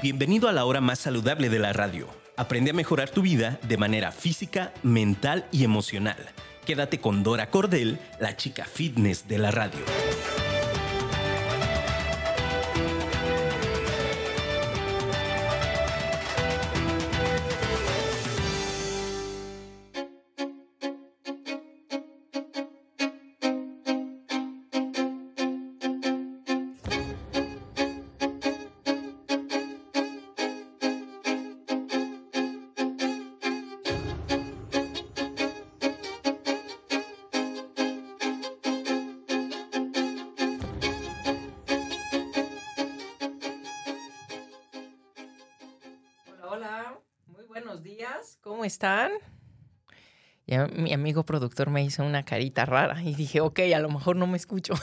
Bienvenido a la hora más saludable de la radio. Aprende a mejorar tu vida de manera física, mental y emocional. Quédate con Dora Cordel, la chica fitness de la radio. Hola, muy buenos días, ¿cómo están? Ya mi amigo productor me hizo una carita rara y dije, ok, a lo mejor no me escucho.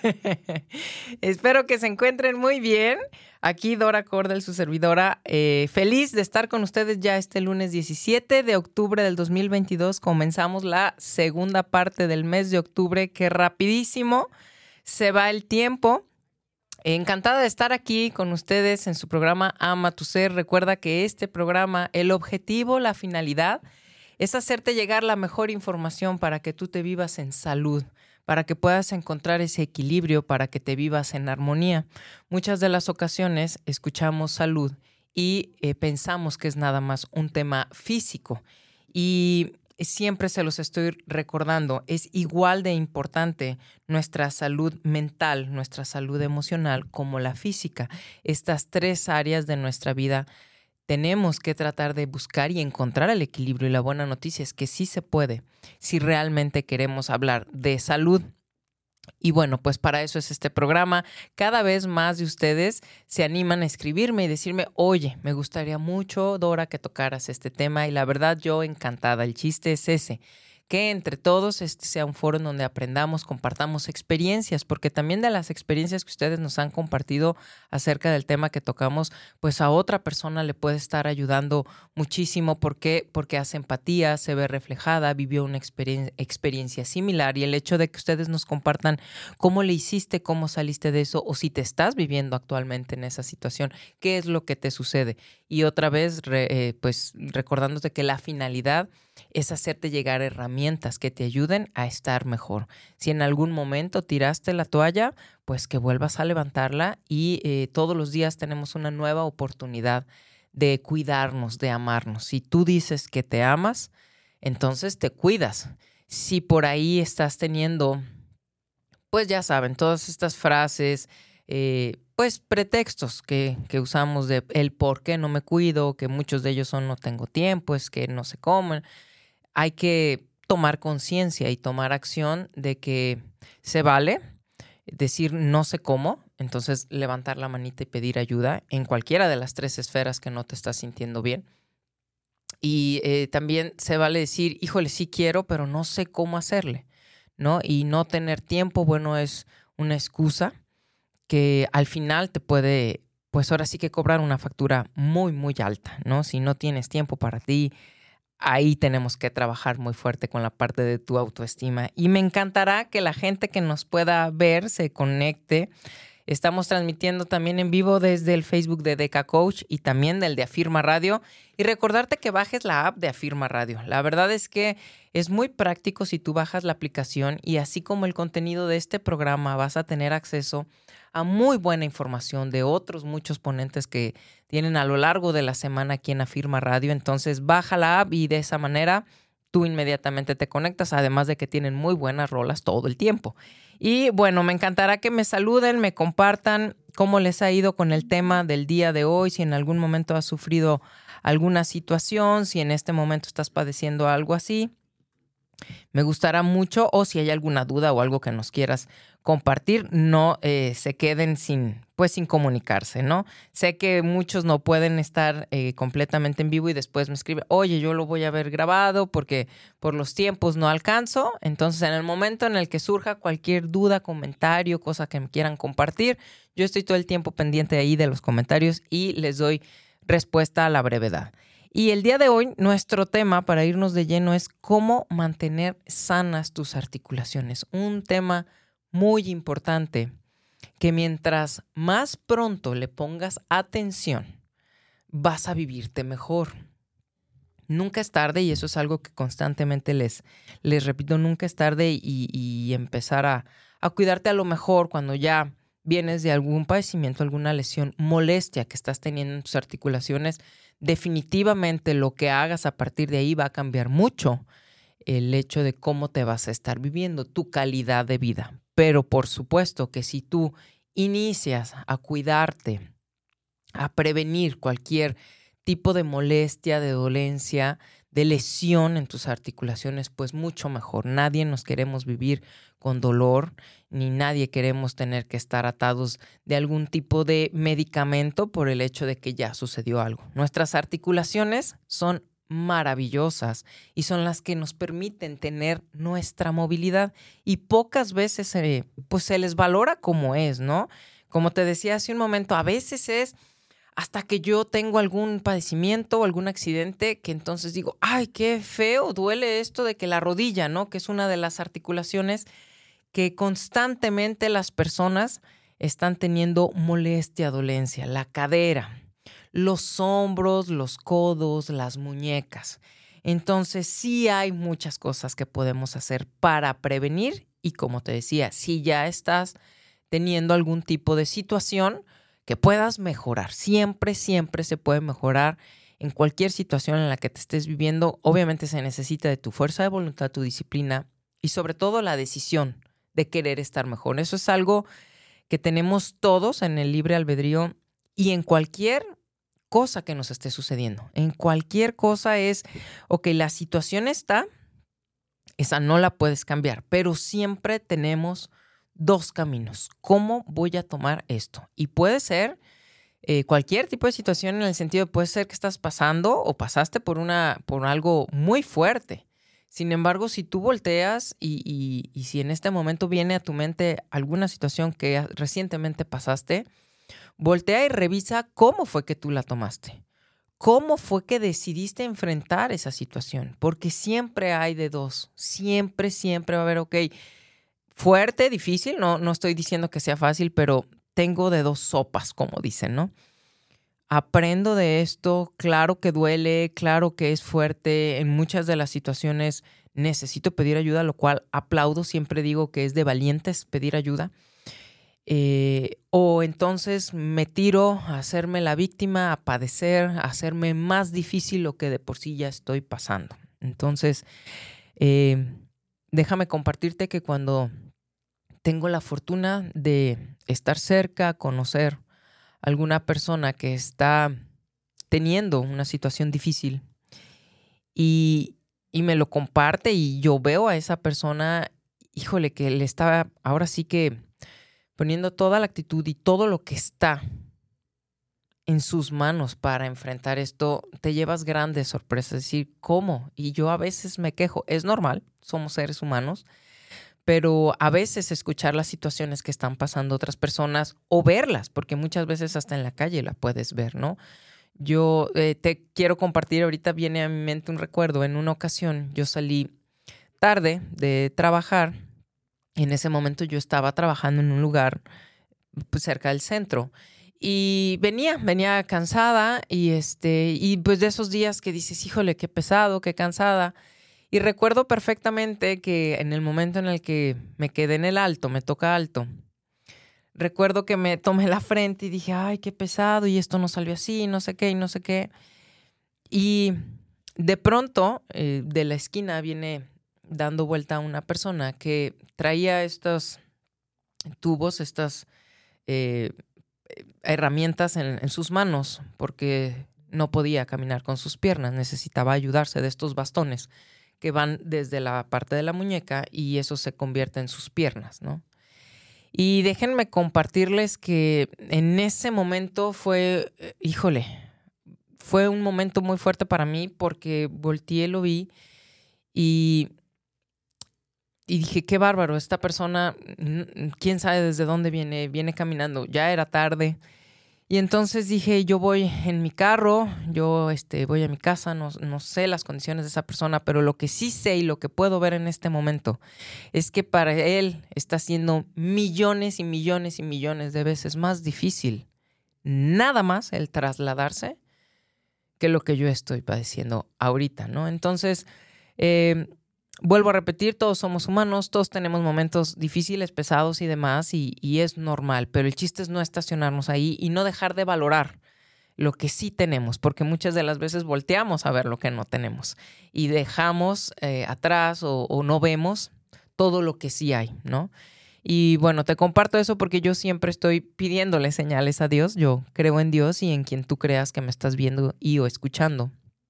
Espero que se encuentren muy bien. Aquí Dora Cordel, su servidora, feliz de estar con ustedes ya este lunes 17 de octubre del 2022. Comenzamos la segunda parte del mes de octubre, que rapidísimo se va el tiempo. Encantada de estar aquí con ustedes en su programa Ama tu Ser. Recuerda que este programa, el objetivo, la finalidad, es hacerte llegar la mejor información para que tú te vivas en salud, para que puedas encontrar ese equilibrio, para que te vivas en armonía. Muchas de las ocasiones escuchamos salud y pensamos que es nada más un tema físico. Y siempre se los estoy recordando, es igual de importante nuestra salud mental, nuestra salud emocional como la física. Estas tres áreas de nuestra vida tenemos que tratar de buscar y encontrar el equilibrio. Y la buena noticia es que sí se puede si realmente queremos hablar de salud. Y bueno, pues para eso es este programa. Cada vez más de ustedes se animan a escribirme y decirme, oye, me gustaría mucho, Dora, que tocaras este tema. Y la verdad, yo encantada. El chiste es ese, que entre todos este sea un foro en donde aprendamos, compartamos experiencias, porque también de las experiencias que ustedes nos han compartido acerca del tema que tocamos, pues a otra persona le puede estar ayudando muchísimo. ¿Por qué? Porque hace empatía, se ve reflejada, vivió una experiencia similar, y el hecho de que ustedes nos compartan cómo le hiciste, cómo saliste de eso, o si te estás viviendo actualmente en esa situación, qué es lo que te sucede. Y otra vez, pues recordándote que la finalidad es hacerte llegar herramientas que te ayuden a estar mejor. Si en algún momento tiraste la toalla, pues que vuelvas a levantarla, y todos los días tenemos una nueva oportunidad de cuidarnos, de amarnos. Si tú dices que te amas, entonces te cuidas. Si por ahí estás teniendo, pues ya saben, todas estas frases, pues pretextos que usamos de el por qué no me cuido, que muchos de ellos son no tengo tiempo, es que no se comen. Hay que tomar conciencia y tomar acción de que se vale decir no sé cómo, entonces levantar la manita y pedir ayuda en cualquiera de las tres esferas que no te estás sintiendo bien. Y también se vale decir, híjole, sí quiero, pero no sé cómo hacerle, ¿no? Y no tener tiempo, bueno, es una excusa que al final te puede, pues ahora sí que cobrar una factura muy, muy alta, ¿no? Si no tienes tiempo para ti, ahí tenemos que trabajar muy fuerte con la parte de tu autoestima. Y me encantará que la gente que nos pueda ver se conecte. Estamos transmitiendo también en vivo desde el Facebook de Deca Coach y también del de Afirma Radio. Y recordarte que bajes la app de Afirma Radio. La verdad es que es muy práctico si tú bajas la aplicación, y así como el contenido de este programa vas a tener acceso a muy buena información de otros muchos ponentes que tienen a lo largo de la semana aquí en Afirma Radio. Entonces baja la app y de esa manera tú inmediatamente te conectas, además de que tienen muy buenas rolas todo el tiempo. Y bueno, me encantará que me saluden, me compartan cómo les ha ido con el tema del día de hoy, si en algún momento has sufrido alguna situación, si en este momento estás padeciendo algo así. Me gustará mucho, o si hay alguna duda o algo que nos quieras compartir, no se queden sin comunicarse, ¿no? Sé que muchos no pueden estar completamente en vivo y después me escriben, oye, yo lo voy a ver grabado porque por los tiempos no alcanzo. Entonces, en el momento en el que surja cualquier duda, comentario, cosa que me quieran compartir, yo estoy todo el tiempo pendiente ahí de los comentarios y les doy respuesta a la brevedad. Y el día de hoy, nuestro tema, para irnos de lleno, es cómo mantener sanas tus articulaciones. Un tema muy importante que mientras más pronto le pongas atención, vas a vivirte mejor. Nunca es tarde, y eso es algo que constantemente les repito, nunca es tarde y empezar a cuidarte a lo mejor cuando ya vienes de algún padecimiento, alguna lesión, molestia que estás teniendo en tus articulaciones. Definitivamente lo que hagas a partir de ahí va a cambiar mucho el hecho de cómo te vas a estar viviendo, tu calidad de vida. Pero por supuesto que si tú inicias a cuidarte, a prevenir cualquier tipo de molestia, de dolencia, de lesión en tus articulaciones, pues mucho mejor. Nadie nos queremos vivir con dolor, ni nadie queremos tener que estar atados de algún tipo de medicamento por el hecho de que ya sucedió algo. Nuestras articulaciones son maravillosas y son las que nos permiten tener nuestra movilidad, y pocas veces pues se les valora como es, ¿no? Como te decía hace un momento, a veces es hasta que yo tengo algún padecimiento o algún accidente que entonces digo, ay, qué feo, duele esto de que la rodilla, ¿no? Que es una de las articulaciones que constantemente las personas están teniendo molestia, dolencia, la cadera, los hombros, los codos, las muñecas. Entonces sí hay muchas cosas que podemos hacer para prevenir, y como te decía, si ya estás teniendo algún tipo de situación, que puedas mejorar. Siempre, siempre se puede mejorar en cualquier situación en la que te estés viviendo. Obviamente se necesita de tu fuerza de voluntad, tu disciplina y sobre todo la decisión de querer estar mejor. Eso es algo que tenemos todos en el libre albedrío y en cualquier cosa que nos esté sucediendo. En cualquier cosa es, ok, la situación está, esa no la puedes cambiar, pero siempre tenemos dos caminos. ¿Cómo voy a tomar esto? Y puede ser cualquier tipo de situación, en el sentido de puede ser que estás pasando o pasaste por algo muy fuerte. Sin embargo, si tú volteas y si en este momento viene a tu mente alguna situación que recientemente pasaste, voltea y revisa cómo fue que tú la tomaste. ¿Cómo fue que decidiste enfrentar esa situación? Porque siempre hay de dos. Siempre, siempre va a haber, ok, fuerte, difícil, no estoy diciendo que sea fácil, pero tengo de dos sopas, como dicen, ¿no? Aprendo de esto, claro que duele, claro que es fuerte, en muchas de las situaciones necesito pedir ayuda, lo cual aplaudo, siempre digo que es de valientes pedir ayuda. O entonces me tiro a hacerme la víctima, a padecer, a hacerme más difícil lo que de por sí ya estoy pasando. Entonces, déjame compartirte que cuando tengo la fortuna de estar cerca, conocer a alguna persona que está teniendo una situación difícil y me lo comparte y yo veo a esa persona, híjole, que le está ahora sí que poniendo toda la actitud y todo lo que está en sus manos para enfrentar esto, te llevas grandes sorpresas. Es decir, ¿cómo? Y yo a veces me quejo. Es normal, somos seres humanos, pero a veces escuchar las situaciones que están pasando otras personas o verlas, porque muchas veces hasta en la calle la puedes ver, ¿no? Yo te quiero compartir, ahorita viene a mi mente un recuerdo. En una ocasión yo salí tarde de trabajar y en ese momento yo estaba trabajando en un lugar pues, cerca del centro y venía cansada y pues de esos días que dices, híjole, qué pesado, qué cansada. Y recuerdo perfectamente que en el momento en el que me quedé en el alto, me toca alto, recuerdo que me tomé la frente y dije, ay, qué pesado, y esto no salió así, no sé qué, y no sé qué. Y de pronto, de la esquina viene dando vuelta una persona que traía estos tubos, estas herramientas en sus manos, porque no podía caminar con sus piernas, necesitaba ayudarse de estos bastones que van desde la parte de la muñeca y eso se convierte en sus piernas, ¿no? Y déjenme compartirles que en ese momento fue, híjole, fue un momento muy fuerte para mí porque volteé, lo vi y dije, qué bárbaro, esta persona, quién sabe desde dónde viene caminando, ya era tarde. Y entonces dije, yo voy en mi carro, yo voy a mi casa, no sé las condiciones de esa persona, pero lo que sí sé y lo que puedo ver en este momento es que para él está siendo millones y millones y millones de veces más difícil nada más el trasladarse que lo que yo estoy padeciendo ahorita, ¿no? Entonces, vuelvo a repetir, todos somos humanos, todos tenemos momentos difíciles, pesados y demás, y es normal, pero el chiste es no estacionarnos ahí y no dejar de valorar lo que sí tenemos, porque muchas de las veces volteamos a ver lo que no tenemos y dejamos atrás o no vemos todo lo que sí hay, ¿no? Y bueno, te comparto eso porque yo siempre estoy pidiéndole señales a Dios. Yo creo en Dios y en quien tú creas que me estás viendo y o escuchando.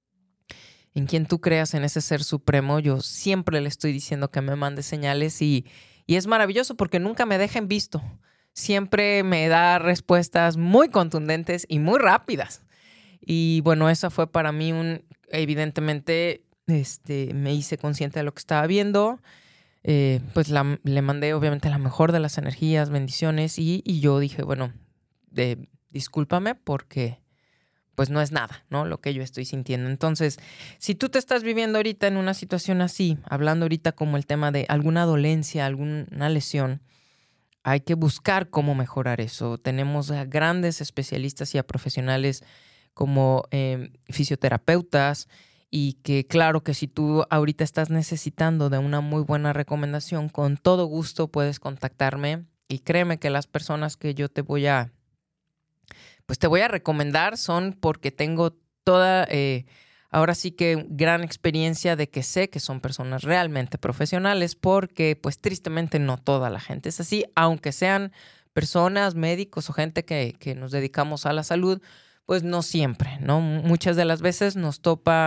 En quien tú creas, en ese ser supremo, yo siempre le estoy diciendo que me mande señales y es maravilloso porque nunca me deja en visto. Siempre me da respuestas muy contundentes y muy rápidas. Y bueno, eso fue para mí evidentemente, me hice consciente de lo que estaba viendo. Pues le mandé obviamente la mejor de las energías, bendiciones y yo dije, bueno, discúlpame porque pues no es nada, ¿no? Lo que yo estoy sintiendo. Entonces, si tú te estás viviendo ahorita en una situación así, hablando ahorita como el tema de alguna dolencia, alguna lesión, hay que buscar cómo mejorar eso. Tenemos a grandes especialistas y a profesionales como fisioterapeutas y que claro que si tú ahorita estás necesitando de una muy buena recomendación, con todo gusto puedes contactarme y créeme que las personas que yo te voy a recomendar son porque tengo toda, ahora sí que gran experiencia de que sé que son personas realmente profesionales porque pues tristemente no toda la gente es así, aunque sean personas, médicos o gente que nos dedicamos a la salud, pues no siempre, ¿no? Muchas de las veces nos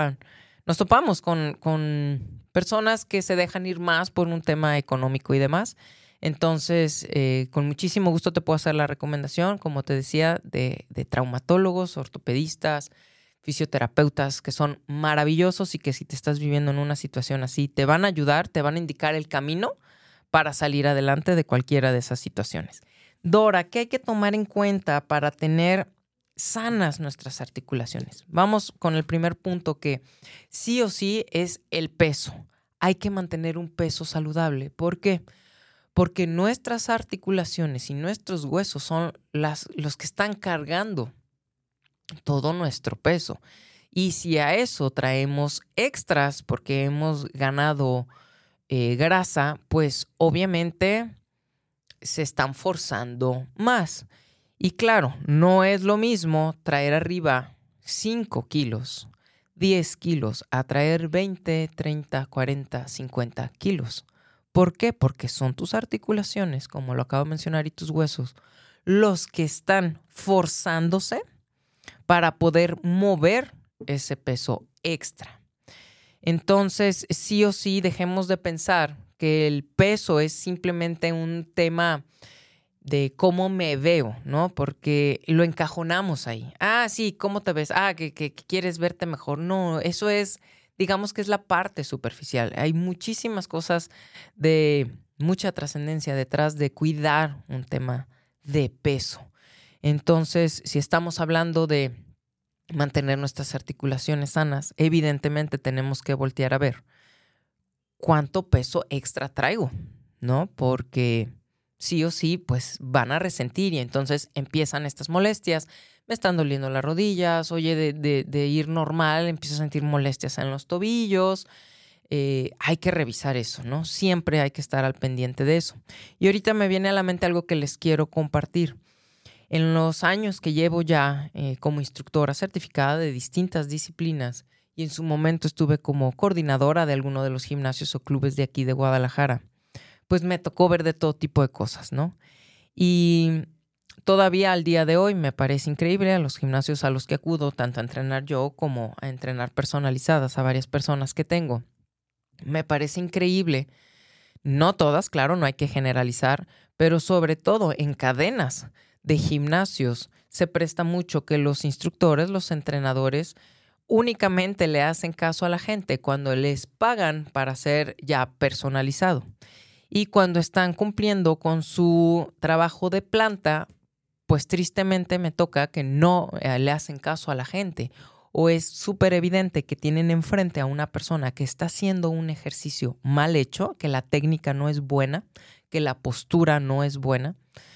topamos con personas que se dejan ir más por un tema económico y demás. Entonces, con muchísimo gusto te puedo hacer la recomendación, como te decía, de traumatólogos, ortopedistas, fisioterapeutas, que son maravillosos y que si te estás viviendo en una situación así, te van a ayudar, te van a indicar el camino para salir adelante de cualquiera de esas situaciones. Dora, ¿qué hay que tomar en cuenta para tener sanas nuestras articulaciones? Vamos con el primer punto que sí o sí es el peso. Hay que mantener un peso saludable. ¿Por qué? Porque nuestras articulaciones y nuestros huesos son los que están cargando todo nuestro peso. Y si a eso traemos extras porque hemos ganado grasa, pues obviamente se están forzando más. Y claro, no es lo mismo traer arriba 5 kilos, 10 kilos, a traer 20, 30, 40, 50 kilos. ¿Por qué? Porque son tus articulaciones, como lo acabo de mencionar, y tus huesos, los que están forzándose para poder mover ese peso extra. Entonces, sí o sí, dejemos de pensar que el peso es simplemente un tema de cómo me veo, ¿no? Porque lo encajonamos ahí. Ah, sí, ¿cómo te ves? Ah, que quieres verte mejor. No, eso es, digamos que es la parte superficial. Hay muchísimas cosas de mucha trascendencia detrás de cuidar un tema de peso. Entonces, si estamos hablando de mantener nuestras articulaciones sanas, evidentemente tenemos que voltear a ver cuánto peso extra traigo, ¿no? Porque sí o sí, pues van a resentir y entonces empiezan estas molestias. Me están doliendo las rodillas, oye, de ir normal, empiezo a sentir molestias en los tobillos. Hay que revisar eso, ¿no? Siempre hay que estar al pendiente de eso. Y ahorita me viene a la mente algo que les quiero compartir. En los años que llevo ya como instructora certificada de distintas disciplinas y en su momento estuve como coordinadora de alguno de los gimnasios o clubes de aquí de Guadalajara, pues me tocó ver de todo tipo de cosas, ¿no? Y todavía al día de hoy me parece increíble a los gimnasios a los que acudo, tanto a entrenar yo como a entrenar personalizadas a varias personas que tengo. Me parece increíble, no todas, claro, no hay que generalizar, pero sobre todo en cadenas de gimnasios se presta mucho que los instructores, los entrenadores, únicamente le hacen caso a la gente cuando les pagan para ser ya personalizado. Y cuando están cumpliendo con su trabajo de planta, pues tristemente me toca que no le hacen caso a la gente. O es súper evidente que tienen enfrente a una persona que está haciendo un ejercicio mal hecho, que la técnica no es buena, que la postura no es buena.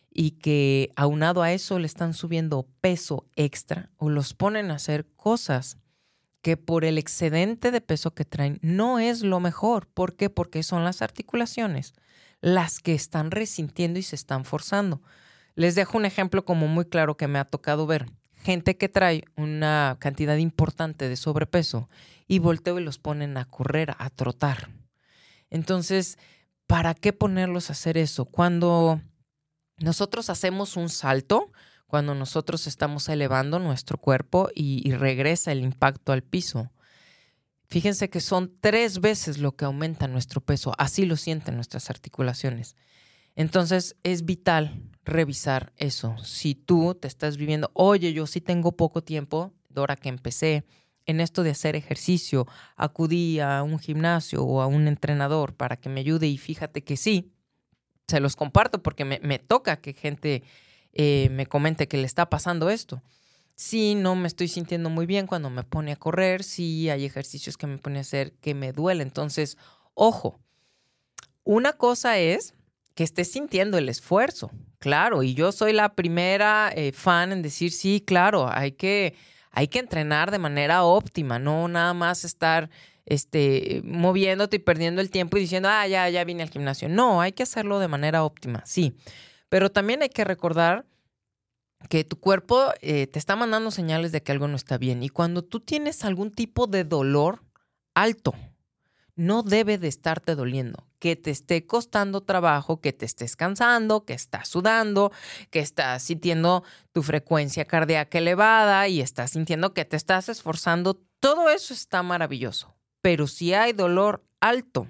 y que aunado a eso le están subiendo peso extra o los ponen a hacer cosas que por el excedente de peso que traen no es lo mejor. ¿Por qué? Porque son las articulaciones las que están resintiendo y se están forzando. Les dejo un ejemplo como muy claro que me ha tocado ver. Gente que trae una cantidad importante de sobrepeso y volteo y los ponen a correr, a trotar. Entonces, ¿para qué ponerlos a hacer eso? Cuando nosotros hacemos un salto, cuando nosotros estamos elevando nuestro cuerpo y regresa el impacto al piso, fíjense que son 3 veces lo que aumenta nuestro peso. Así lo sienten nuestras articulaciones. Entonces, es vital revisar eso. Si tú te estás viviendo, oye, yo sí tengo poco tiempo, Dora, que empecé en esto de hacer ejercicio, acudí a un gimnasio o a un entrenador para que me ayude y fíjate que sí, se los comparto porque me toca que gente me comente que le está pasando esto. Sí, no me estoy sintiendo muy bien cuando me pone a correr, sí hay ejercicios que me pone a hacer que me duele. Entonces, ojo, una cosa es que estés sintiendo el esfuerzo, claro, y yo soy la primera fan en decir, sí, claro, hay que entrenar de manera óptima, no nada más estar moviéndote y perdiendo el tiempo y diciendo, ya vine al gimnasio. No, hay que hacerlo de manera óptima, sí, pero también hay que recordar que tu cuerpo te está mandando señales de que algo no está bien, y cuando tú tienes algún tipo de dolor alto, no debe de estarte doliendo, que te esté costando trabajo, que te estés cansando, que estás sudando, que estás sintiendo tu frecuencia cardíaca elevada y estás sintiendo que te estás esforzando. Todo eso está maravilloso, pero si hay dolor alto,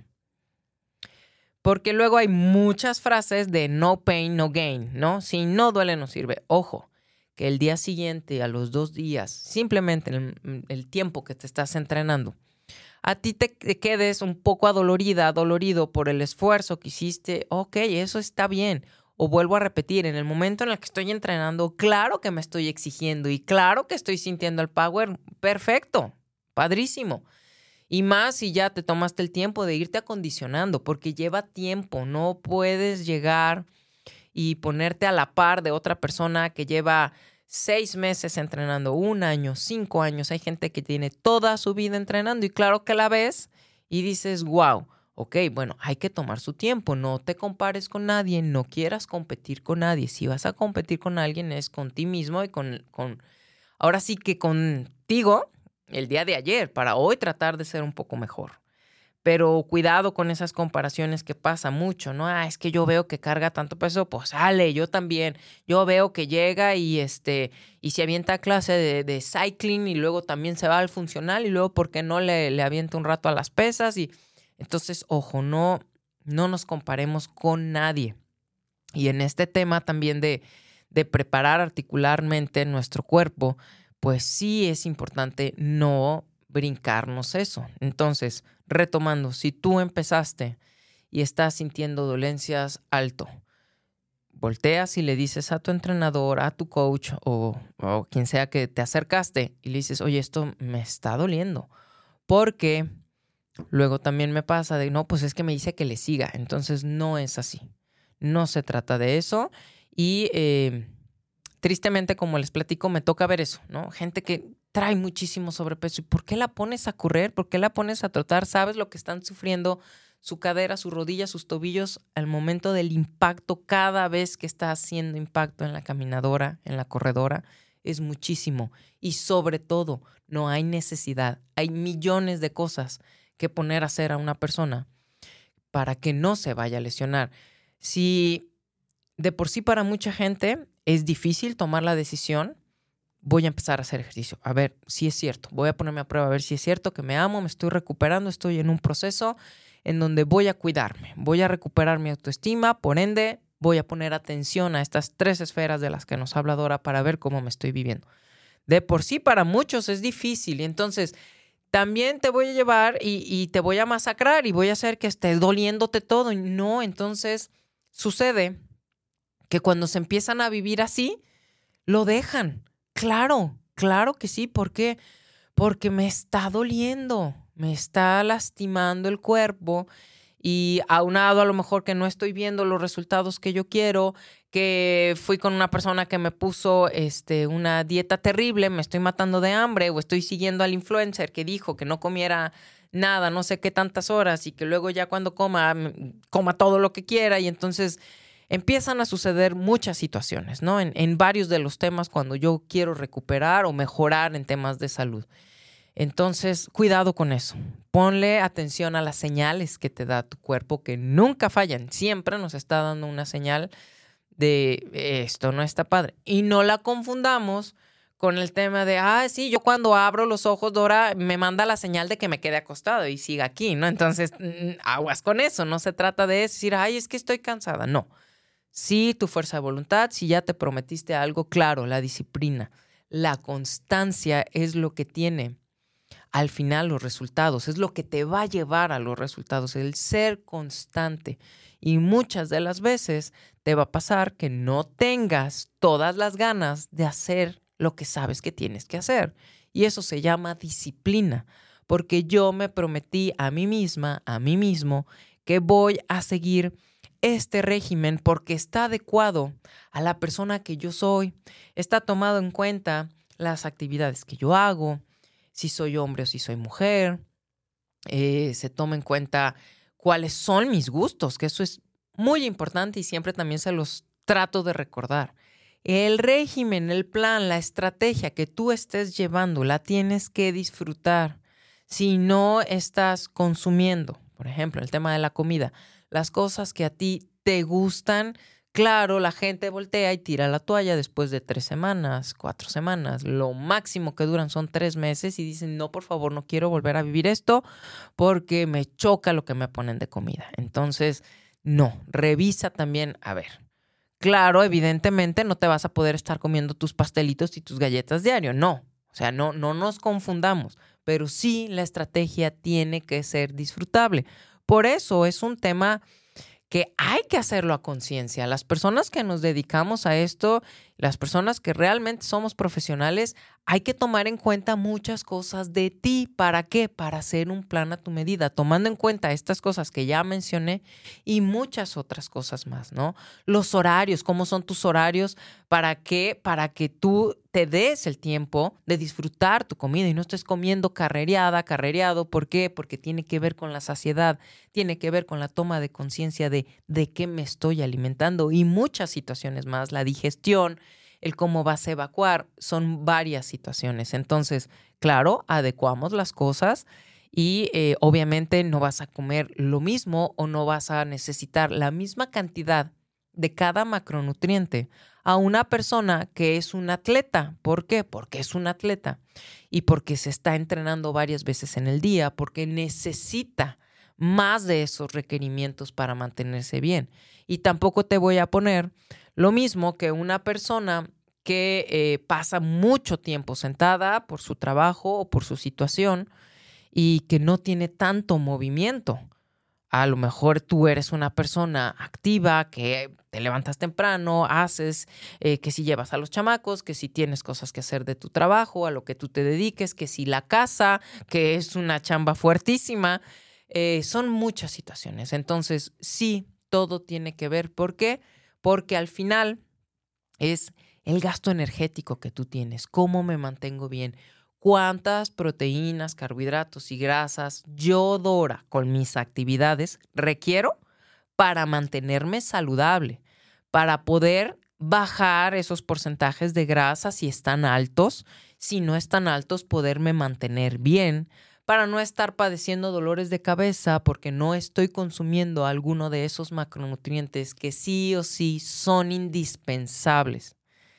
porque luego hay muchas frases de no pain, no gain, ¿no? Si no duele, no sirve. Ojo, que el día siguiente, a los 2 días, simplemente en el tiempo que te estás entrenando, a ti te quedes un poco adolorido por el esfuerzo que hiciste, ok, eso está bien. O vuelvo a repetir, en el momento en el que estoy entrenando, claro que me estoy exigiendo y claro que estoy sintiendo el power, perfecto, padrísimo. Y más si ya te tomaste el tiempo de irte acondicionando, porque lleva tiempo, no puedes llegar y ponerte a la par de otra persona que lleva 6 meses entrenando, 1 año, 5 años. Hay gente que tiene toda su vida entrenando y claro que la ves y dices, wow, ok, bueno, hay que tomar su tiempo. No te compares con nadie, no quieras competir con nadie. Si vas a competir con alguien es con ti mismo y ahora sí que contigo el día de ayer, para hoy tratar de ser un poco mejor. Pero cuidado con esas comparaciones que pasa mucho, ¿no? Es que yo veo que carga tanto peso, pues sale, yo también. Yo veo que llega y se avienta clase de cycling y luego también se va al funcional y luego, ¿por qué no le avienta un rato a las pesas? Y entonces, ojo, no nos comparemos con nadie. Y en este tema también de preparar articularmente nuestro cuerpo, pues sí es importante no brincarnos eso. Entonces, retomando, si tú empezaste y estás sintiendo dolencias, alto, volteas y le dices a tu entrenador, a tu coach o quien sea que te acercaste y le dices, oye, esto me está doliendo. Porque luego también me pasa de, no, pues es que me dice que le siga. Entonces no es así. No se trata de eso. Y tristemente, como les platico, me toca ver eso, ¿no? Gente que trae muchísimo sobrepeso. ¿Y por qué la pones a correr? ¿Por qué la pones a trotar? ¿Sabes lo que están sufriendo su cadera, sus rodillas, sus tobillos al momento del impacto? Cada vez que está haciendo impacto en la caminadora, en la corredora, es muchísimo. Y sobre todo, no hay necesidad. Hay millones de cosas que poner a hacer a una persona para que no se vaya a lesionar. Si de por sí para mucha gente es difícil tomar la decisión, voy a empezar a hacer ejercicio. A ver si es cierto. Voy a ponerme a prueba a ver si es cierto que me amo, me estoy recuperando, estoy en un proceso en donde voy a cuidarme, voy a recuperar mi autoestima, por ende voy a poner atención a estas 3 esferas de las que nos habla Dora para ver cómo me estoy viviendo. De por sí para muchos es difícil y entonces también te voy a llevar y te voy a masacrar y voy a hacer que estés doliéndote todo. No, entonces sucede que cuando se empiezan a vivir así, lo dejan. Claro que sí. ¿Por qué? Porque me está doliendo, me está lastimando el cuerpo y aunado a lo mejor que no estoy viendo los resultados que yo quiero, que fui con una persona que me puso una dieta terrible, me estoy matando de hambre, o estoy siguiendo al influencer que dijo que no comiera nada, no sé qué tantas horas, y que luego ya cuando coma todo lo que quiera, y entonces empiezan a suceder muchas situaciones, ¿no? En varios de los temas cuando yo quiero recuperar o mejorar en temas de salud. Entonces, cuidado con eso. Ponle atención a las señales que te da tu cuerpo, que nunca fallan. Siempre nos está dando una señal de esto no está padre. Y no la confundamos con el tema de, sí, yo cuando abro los ojos, Dora, me manda la señal de que me quede acostado y siga aquí, ¿no? Entonces, aguas con eso. No se trata de decir, es que estoy cansada. No. Sí, tu fuerza de voluntad, si ya te prometiste algo, claro, la disciplina, la constancia es lo que tiene al final los resultados, es lo que te va a llevar a los resultados, el ser constante. Y muchas de las veces te va a pasar que no tengas todas las ganas de hacer lo que sabes que tienes que hacer. Y eso se llama disciplina, porque yo me prometí a mí misma, a mí mismo, que voy a seguir este régimen porque está adecuado a la persona que yo soy, está tomado en cuenta las actividades que yo hago, si soy hombre o si soy mujer, se toma en cuenta cuáles son mis gustos, que eso es muy importante y siempre también se los trato de recordar. El régimen, el plan, la estrategia que tú estés llevando, la tienes que disfrutar. Si no estás consumiendo, por ejemplo, el tema de la comida, las cosas que a ti te gustan, claro, la gente voltea y tira la toalla después de 3 semanas, 4 semanas. Lo máximo que duran son 3 meses y dicen, no, por favor, no quiero volver a vivir esto porque me choca lo que me ponen de comida. Entonces, no, revisa también, a ver. Claro, evidentemente no te vas a poder estar comiendo tus pastelitos y tus galletas diario, no. O sea, no nos confundamos, pero sí la estrategia tiene que ser disfrutable. Por eso es un tema que hay que hacerlo a conciencia. Las personas que nos dedicamos a esto, las personas que realmente somos profesionales, hay que tomar en cuenta muchas cosas de ti. ¿Para qué? Para hacer un plan a tu medida, tomando en cuenta estas cosas que ya mencioné y muchas otras cosas más, ¿no? Los horarios, ¿cómo son tus horarios? ¿Para qué? Para que tú te des el tiempo de disfrutar tu comida y no estés comiendo carrereado. ¿Por qué? Porque tiene que ver con la saciedad, tiene que ver con la toma de conciencia de qué me estoy alimentando y muchas situaciones más, la digestión, el cómo vas a evacuar, son varias situaciones. Entonces, claro, adecuamos las cosas y obviamente no vas a comer lo mismo o no vas a necesitar la misma cantidad de cada macronutriente a una persona que es un atleta. ¿Por qué? Porque es un atleta y porque se está entrenando varias veces en el día, porque necesita más de esos requerimientos para mantenerse bien. Y tampoco te voy a poner lo mismo que una persona que pasa mucho tiempo sentada por su trabajo o por su situación y que no tiene tanto movimiento. A lo mejor tú eres una persona activa, que te levantas temprano, haces, que si llevas a los chamacos, que si tienes cosas que hacer de tu trabajo, a lo que tú te dediques, que si la casa, que es una chamba fuertísima. Son muchas situaciones. Entonces, sí, todo tiene que ver. ¿Por qué? Porque al final es el gasto energético que tú tienes. ¿Cómo me mantengo bien? ¿Cuántas proteínas, carbohidratos y grasas yo, Dora, con mis actividades requiero para mantenerme saludable? Para poder bajar esos porcentajes de grasa si están altos. Si no están altos, poderme mantener bien. Para no estar padeciendo dolores de cabeza porque no estoy consumiendo alguno de esos macronutrientes que sí o sí son indispensables.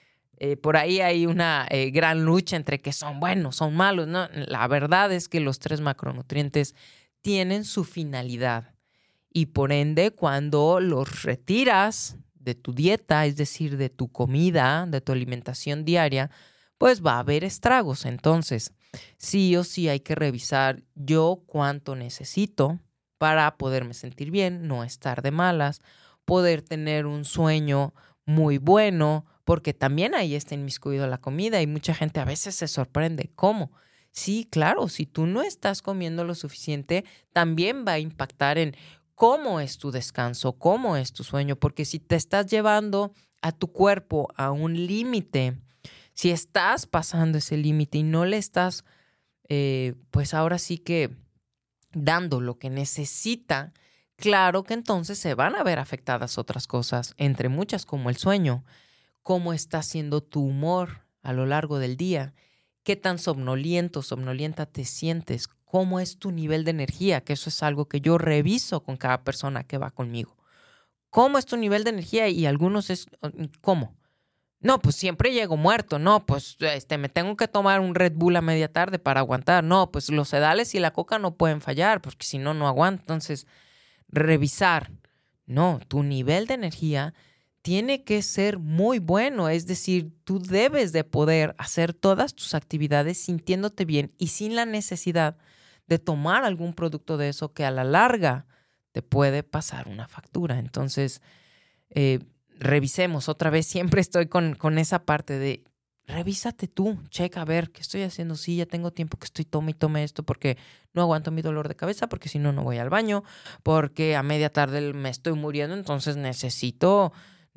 Por ahí hay una gran lucha entre que son buenos, son malos, ¿no? La verdad es que los 3 macronutrientes tienen su finalidad y por ende cuando los retiras de tu dieta, es decir, de tu comida, de tu alimentación diaria, pues va a haber estragos. Entonces, sí o sí hay que revisar yo cuánto necesito para poderme sentir bien, no estar de malas, poder tener un sueño muy bueno, porque también ahí está inmiscuido la comida y mucha gente a veces se sorprende. ¿Cómo? Sí, claro, si tú no estás comiendo lo suficiente, también va a impactar en cómo es tu descanso, cómo es tu sueño, porque si te estás llevando a tu cuerpo a un límite, si estás pasando ese límite y no le estás, pues ahora sí que dando lo que necesita, claro que entonces se van a ver afectadas otras cosas, entre muchas como el sueño, cómo está siendo tu humor a lo largo del día, qué tan somnoliento, somnolienta te sientes, cómo es tu nivel de energía, que eso es algo que yo reviso con cada persona que va conmigo. ¿Cómo es tu nivel de energía? Y algunos es, ¿cómo? No, pues siempre llego muerto. No, pues me tengo que tomar un Red Bull a media tarde para aguantar. No, pues los sedales y la coca no pueden fallar, porque si no, no aguanto. Entonces, revisar. No, tu nivel de energía tiene que ser muy bueno. Es decir, tú debes de poder hacer todas tus actividades sintiéndote bien y sin la necesidad de tomar algún producto de eso que a la larga te puede pasar una factura. Entonces, revisemos otra vez. Siempre estoy con esa parte de revísate tú, checa a ver qué estoy haciendo. Sí, ya tengo tiempo que estoy tome y tome esto porque no aguanto mi dolor de cabeza, porque si no, no voy al baño, porque a media tarde me estoy muriendo, entonces necesito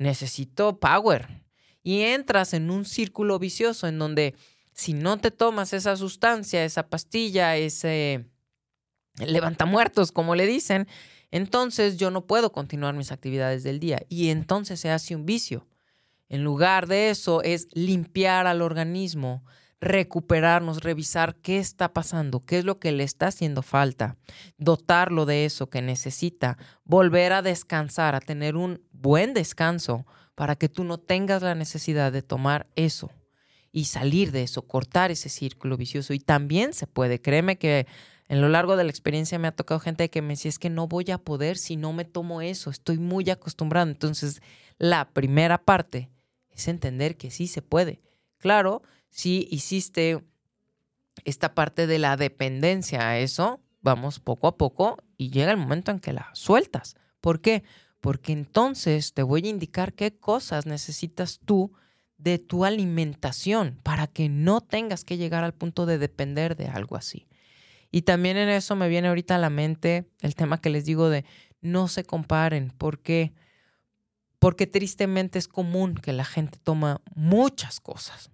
power. Y entras en un círculo vicioso en donde si no te tomas esa sustancia, esa pastilla, ese levantamuertos, como le dicen, entonces yo no puedo continuar mis actividades del día y entonces se hace un vicio. En lugar de eso es limpiar al organismo, recuperarnos, revisar qué está pasando, qué es lo que le está haciendo falta, dotarlo de eso que necesita, volver a descansar, a tener un buen descanso para que tú no tengas la necesidad de tomar eso y salir de eso, cortar ese círculo vicioso. Y también se puede, créeme que en lo largo de la experiencia me ha tocado gente que me decía, es que no voy a poder si no me tomo eso, estoy muy acostumbrado. Entonces, la primera parte es entender que sí se puede. Claro, si hiciste esta parte de la dependencia a eso, vamos poco a poco y llega el momento en que la sueltas. ¿Por qué? Porque entonces te voy a indicar qué cosas necesitas tú de tu alimentación para que no tengas que llegar al punto de depender de algo así. Y también en eso me viene ahorita a la mente el tema que les digo de no se comparen. ¿Por qué? Porque tristemente es común que la gente toma muchas cosas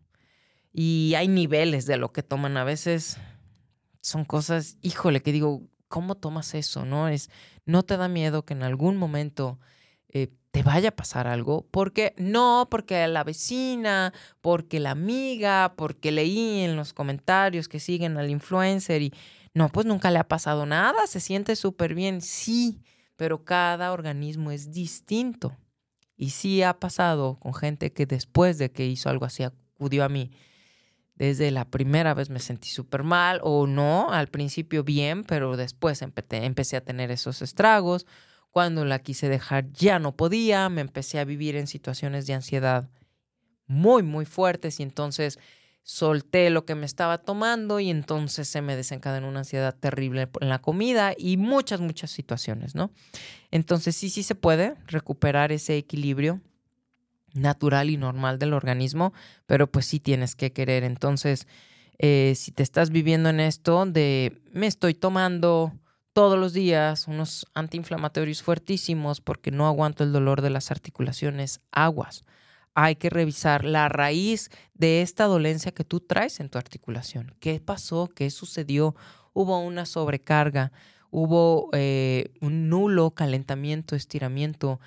y hay niveles de lo que toman. A veces son cosas, híjole, que digo, ¿cómo tomas eso? ¿No te da miedo que en algún momento te vaya a pasar algo? Porque la vecina, porque la amiga, porque leí en los comentarios que siguen al influencer y no, pues nunca le ha pasado nada, se siente súper bien. Sí, pero cada organismo es distinto. Y sí ha pasado con gente que después de que hizo algo así acudió a mí. Desde la primera vez me sentí súper mal o no, al principio bien, pero después empecé a tener esos estragos. Cuando la quise dejar ya no podía, me empecé a vivir en situaciones de ansiedad muy, muy fuertes y entonces solté lo que me estaba tomando y entonces se me desencadenó una ansiedad terrible en la comida y muchas, muchas situaciones, ¿no? Entonces sí se puede recuperar ese equilibrio natural y normal del organismo, pero pues sí tienes que querer. Entonces, si te estás viviendo en esto de me estoy tomando todos los días unos antiinflamatorios fuertísimos porque no aguanto el dolor de las articulaciones, aguas. Hay que revisar la raíz de esta dolencia que tú traes en tu articulación. ¿Qué pasó? ¿Qué sucedió? ¿Hubo una sobrecarga? ¿Hubo un nulo calentamiento, estiramiento?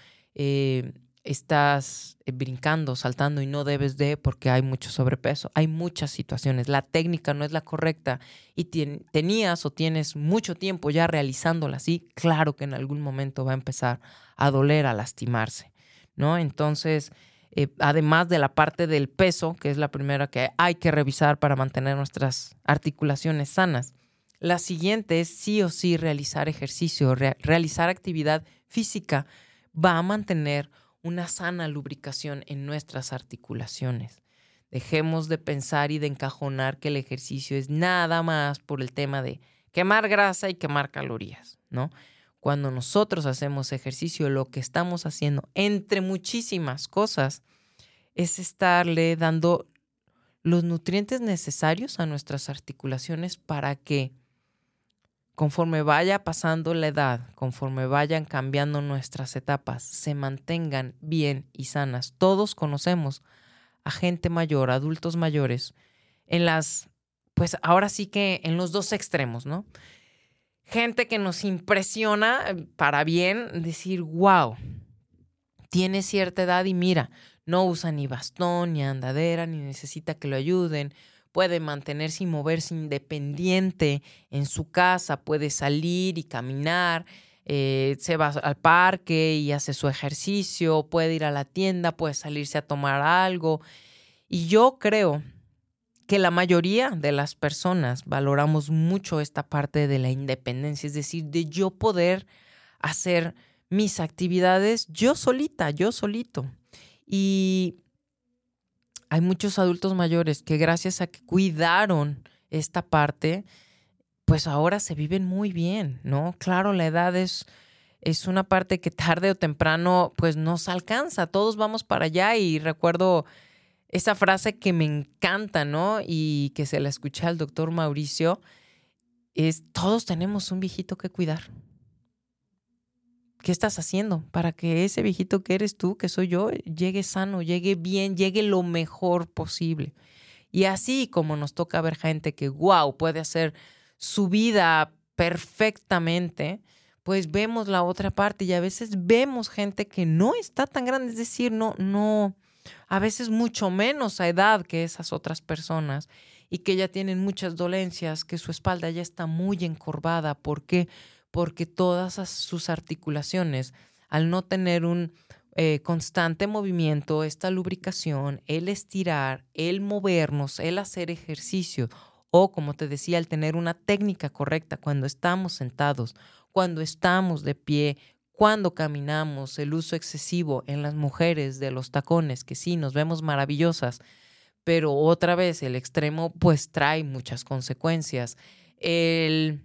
Estás brincando, saltando y no debes de porque hay mucho sobrepeso. Hay muchas situaciones. La técnica no es la correcta y tenías o tienes mucho tiempo ya realizándola así. Claro que en algún momento va a empezar a doler, a lastimarse, ¿no? Entonces, además de la parte del peso, que es la primera que hay que revisar para mantener nuestras articulaciones sanas, la siguiente es sí o sí realizar ejercicio, realizar actividad física va a mantener una sana lubricación en nuestras articulaciones. Dejemos de pensar y de encajonar que el ejercicio es nada más por el tema de quemar grasa y quemar calorías, ¿no? Cuando nosotros hacemos ejercicio, lo que estamos haciendo, entre muchísimas cosas, es estarle dando los nutrientes necesarios a nuestras articulaciones para que conforme vaya pasando la edad, conforme vayan cambiando nuestras etapas, se mantengan bien y sanas. Todos conocemos a gente mayor, adultos mayores, pues ahora sí que en los dos extremos, ¿no? Gente que nos impresiona para bien, decir, wow, tiene cierta edad y mira, no usa ni bastón, ni andadera, ni necesita que lo ayuden. Puede mantenerse y moverse independiente en su casa, puede salir y caminar, se va al parque y hace su ejercicio, puede ir a la tienda, puede salirse a tomar algo. Y yo creo que la mayoría de las personas valoramos mucho esta parte de la independencia, es decir, de yo poder hacer mis actividades yo solita, yo solito. Y hay muchos adultos mayores que gracias a que cuidaron esta parte, pues ahora se viven muy bien, ¿no? Claro, la edad es una parte que tarde o temprano pues nos alcanza, todos vamos para allá y recuerdo esa frase que me encanta, ¿no? Y que se la escuché al doctor Mauricio, es todos tenemos un viejito que cuidar. ¿Qué estás haciendo para que ese viejito que eres tú, que soy yo, llegue sano, llegue bien, llegue lo mejor posible? Y así como nos toca ver gente que, wow, puede hacer su vida perfectamente, pues vemos la otra parte y a veces vemos gente que no está tan grande, es decir, no, a veces mucho menos a edad que esas otras personas y que ya tienen muchas dolencias, que su espalda ya está muy encorvada. ¿Por qué? Porque todas sus articulaciones, al no tener un constante movimiento, esta lubricación, el estirar, el movernos, el hacer ejercicio o, como te decía, el tener una técnica correcta cuando estamos sentados, cuando estamos de pie, cuando caminamos, el uso excesivo en las mujeres de los tacones, que sí, nos vemos maravillosas, pero otra vez el extremo pues trae muchas consecuencias. El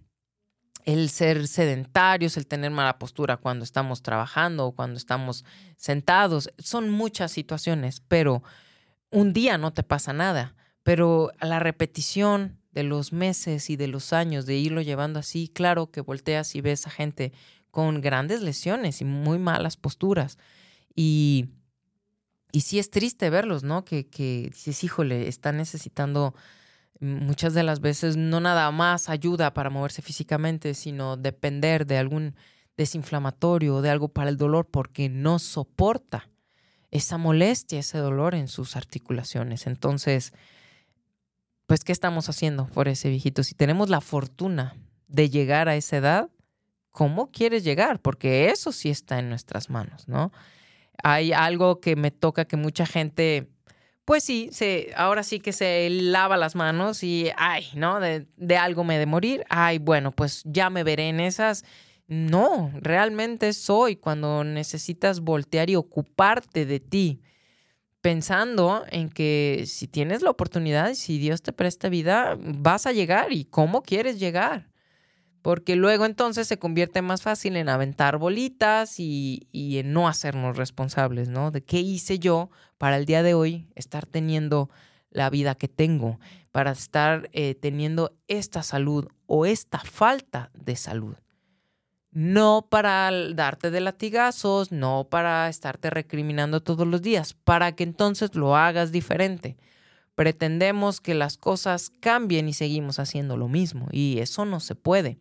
ser sedentarios, el tener mala postura cuando estamos trabajando o cuando estamos sentados, son muchas situaciones, pero un día no te pasa nada, pero a la repetición de los meses y de los años de irlo llevando así, claro que volteas y ves a gente con grandes lesiones y muy malas posturas y sí es triste verlos, ¿no? Que dices, híjole, están necesitando muchas de las veces no nada más ayuda para moverse físicamente, sino depender de algún desinflamatorio o de algo para el dolor porque no soporta esa molestia, ese dolor en sus articulaciones. Entonces, pues, ¿qué estamos haciendo por ese viejito? Si tenemos la fortuna de llegar a esa edad, ¿cómo quieres llegar? Porque eso sí está en nuestras manos, ¿no? Hay algo que me toca que mucha gente, pues sí, ahora sí que se lava las manos y, ay, ¿no? De algo me he de morir. Ay, bueno, pues ya me veré en esas. No, realmente es hoy cuando necesitas voltear y ocuparte de ti, pensando en que si tienes la oportunidad y si Dios te presta vida, vas a llegar. ¿Y cómo quieres llegar? Porque luego entonces se convierte más fácil en aventar bolitas y en no hacernos responsables, ¿no? De qué hice yo para el día de hoy estar teniendo la vida que tengo, para estar teniendo esta salud o esta falta de salud. No para darte de latigazos, no para estarte recriminando todos los días, para que entonces lo hagas diferente. Pretendemos que las cosas cambien y seguimos haciendo lo mismo y eso no se puede.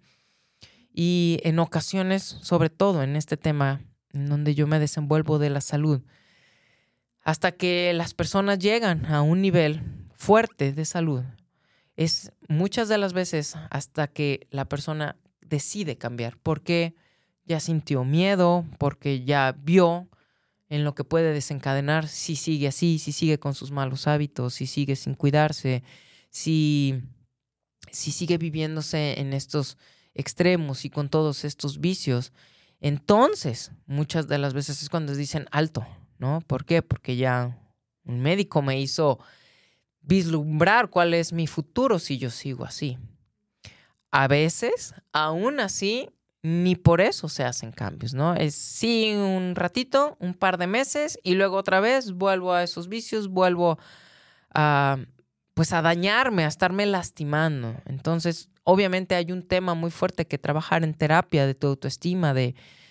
Y en ocasiones, sobre todo en este tema en donde yo me desenvuelvo de la salud, hasta que las personas llegan a un nivel fuerte de salud, es muchas de las veces hasta que la persona decide cambiar, porque ya sintió miedo, porque ya vio en lo que puede desencadenar si sigue así, si sigue con sus malos hábitos, si sigue sin cuidarse, si sigue viviéndose en estos extremos y con todos estos vicios. Entonces, muchas de las veces es cuando dicen alto, ¿no? ¿Por qué? Porque ya un médico me hizo vislumbrar cuál es mi futuro si yo sigo así. A veces, aún así, ni por eso se hacen cambios, ¿no? Es sí un ratito, un par de meses y luego otra vez vuelvo a esos vicios, vuelvo a dañarme, a estarme lastimando. Entonces, obviamente hay un tema muy fuerte que trabajar en terapia de tu autoestima, de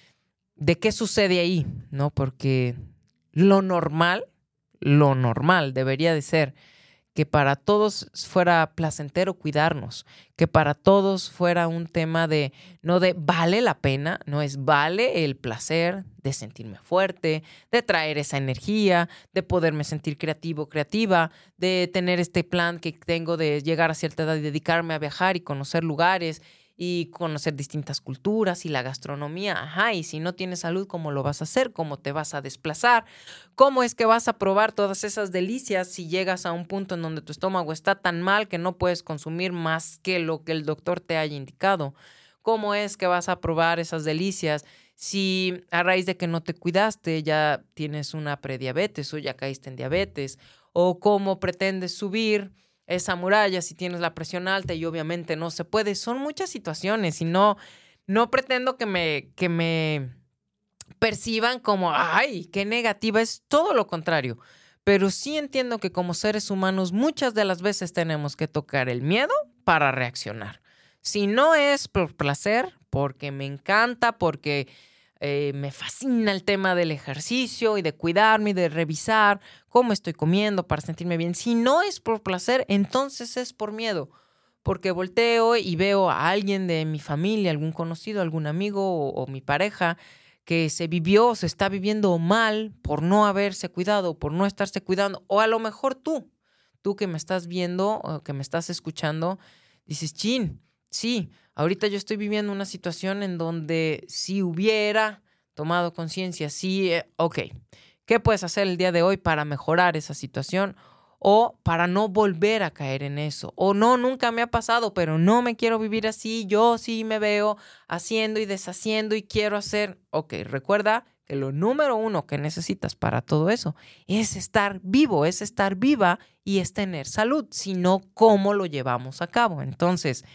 qué sucede ahí, ¿no? Porque lo normal debería de ser que para todos fuera placentero cuidarnos, que para todos fuera un tema de, no de vale la pena, no es vale el placer de sentirme fuerte, de traer esa energía, de poderme sentir creativo, creativa, de tener este plan que tengo de llegar a cierta edad y dedicarme a viajar y conocer lugares y conocer distintas culturas y la gastronomía. Ajá, y si no tienes salud, ¿cómo lo vas a hacer? ¿Cómo te vas a desplazar? ¿Cómo es que vas a probar todas esas delicias si llegas a un punto en donde tu estómago está tan mal que no puedes consumir más que lo que el doctor te haya indicado? ¿Cómo es que vas a probar esas delicias si a raíz de que no te cuidaste ya tienes una prediabetes o ya caíste en diabetes? ¿O cómo pretendes subir esa muralla si tienes la presión alta y obviamente no se puede? Son muchas situaciones y no pretendo que me perciban como, ay, qué negativa, es todo lo contrario. Pero sí entiendo que como seres humanos muchas de las veces tenemos que tocar el miedo para reaccionar. Si no es por placer, porque me encanta, porque me fascina el tema del ejercicio y de cuidarme y de revisar cómo estoy comiendo para sentirme bien. Si no es por placer, entonces es por miedo. Porque volteo y veo a alguien de mi familia, algún conocido, algún amigo o mi pareja que se está viviendo mal por no haberse cuidado, por no estarse cuidando. O a lo mejor tú que me estás viendo o que me estás escuchando, dices, chin, sí, ahorita yo estoy viviendo una situación en donde si hubiera tomado conciencia, sí, ok, ¿qué puedes hacer el día de hoy para mejorar esa situación? O para no volver a caer en eso. O no, nunca me ha pasado, pero no me quiero vivir así. Yo sí me veo haciendo y deshaciendo y quiero hacer. Ok, recuerda que lo número uno que necesitas para todo eso es estar vivo, es estar viva y es tener salud. Si no, ¿cómo lo llevamos a cabo? Entonces,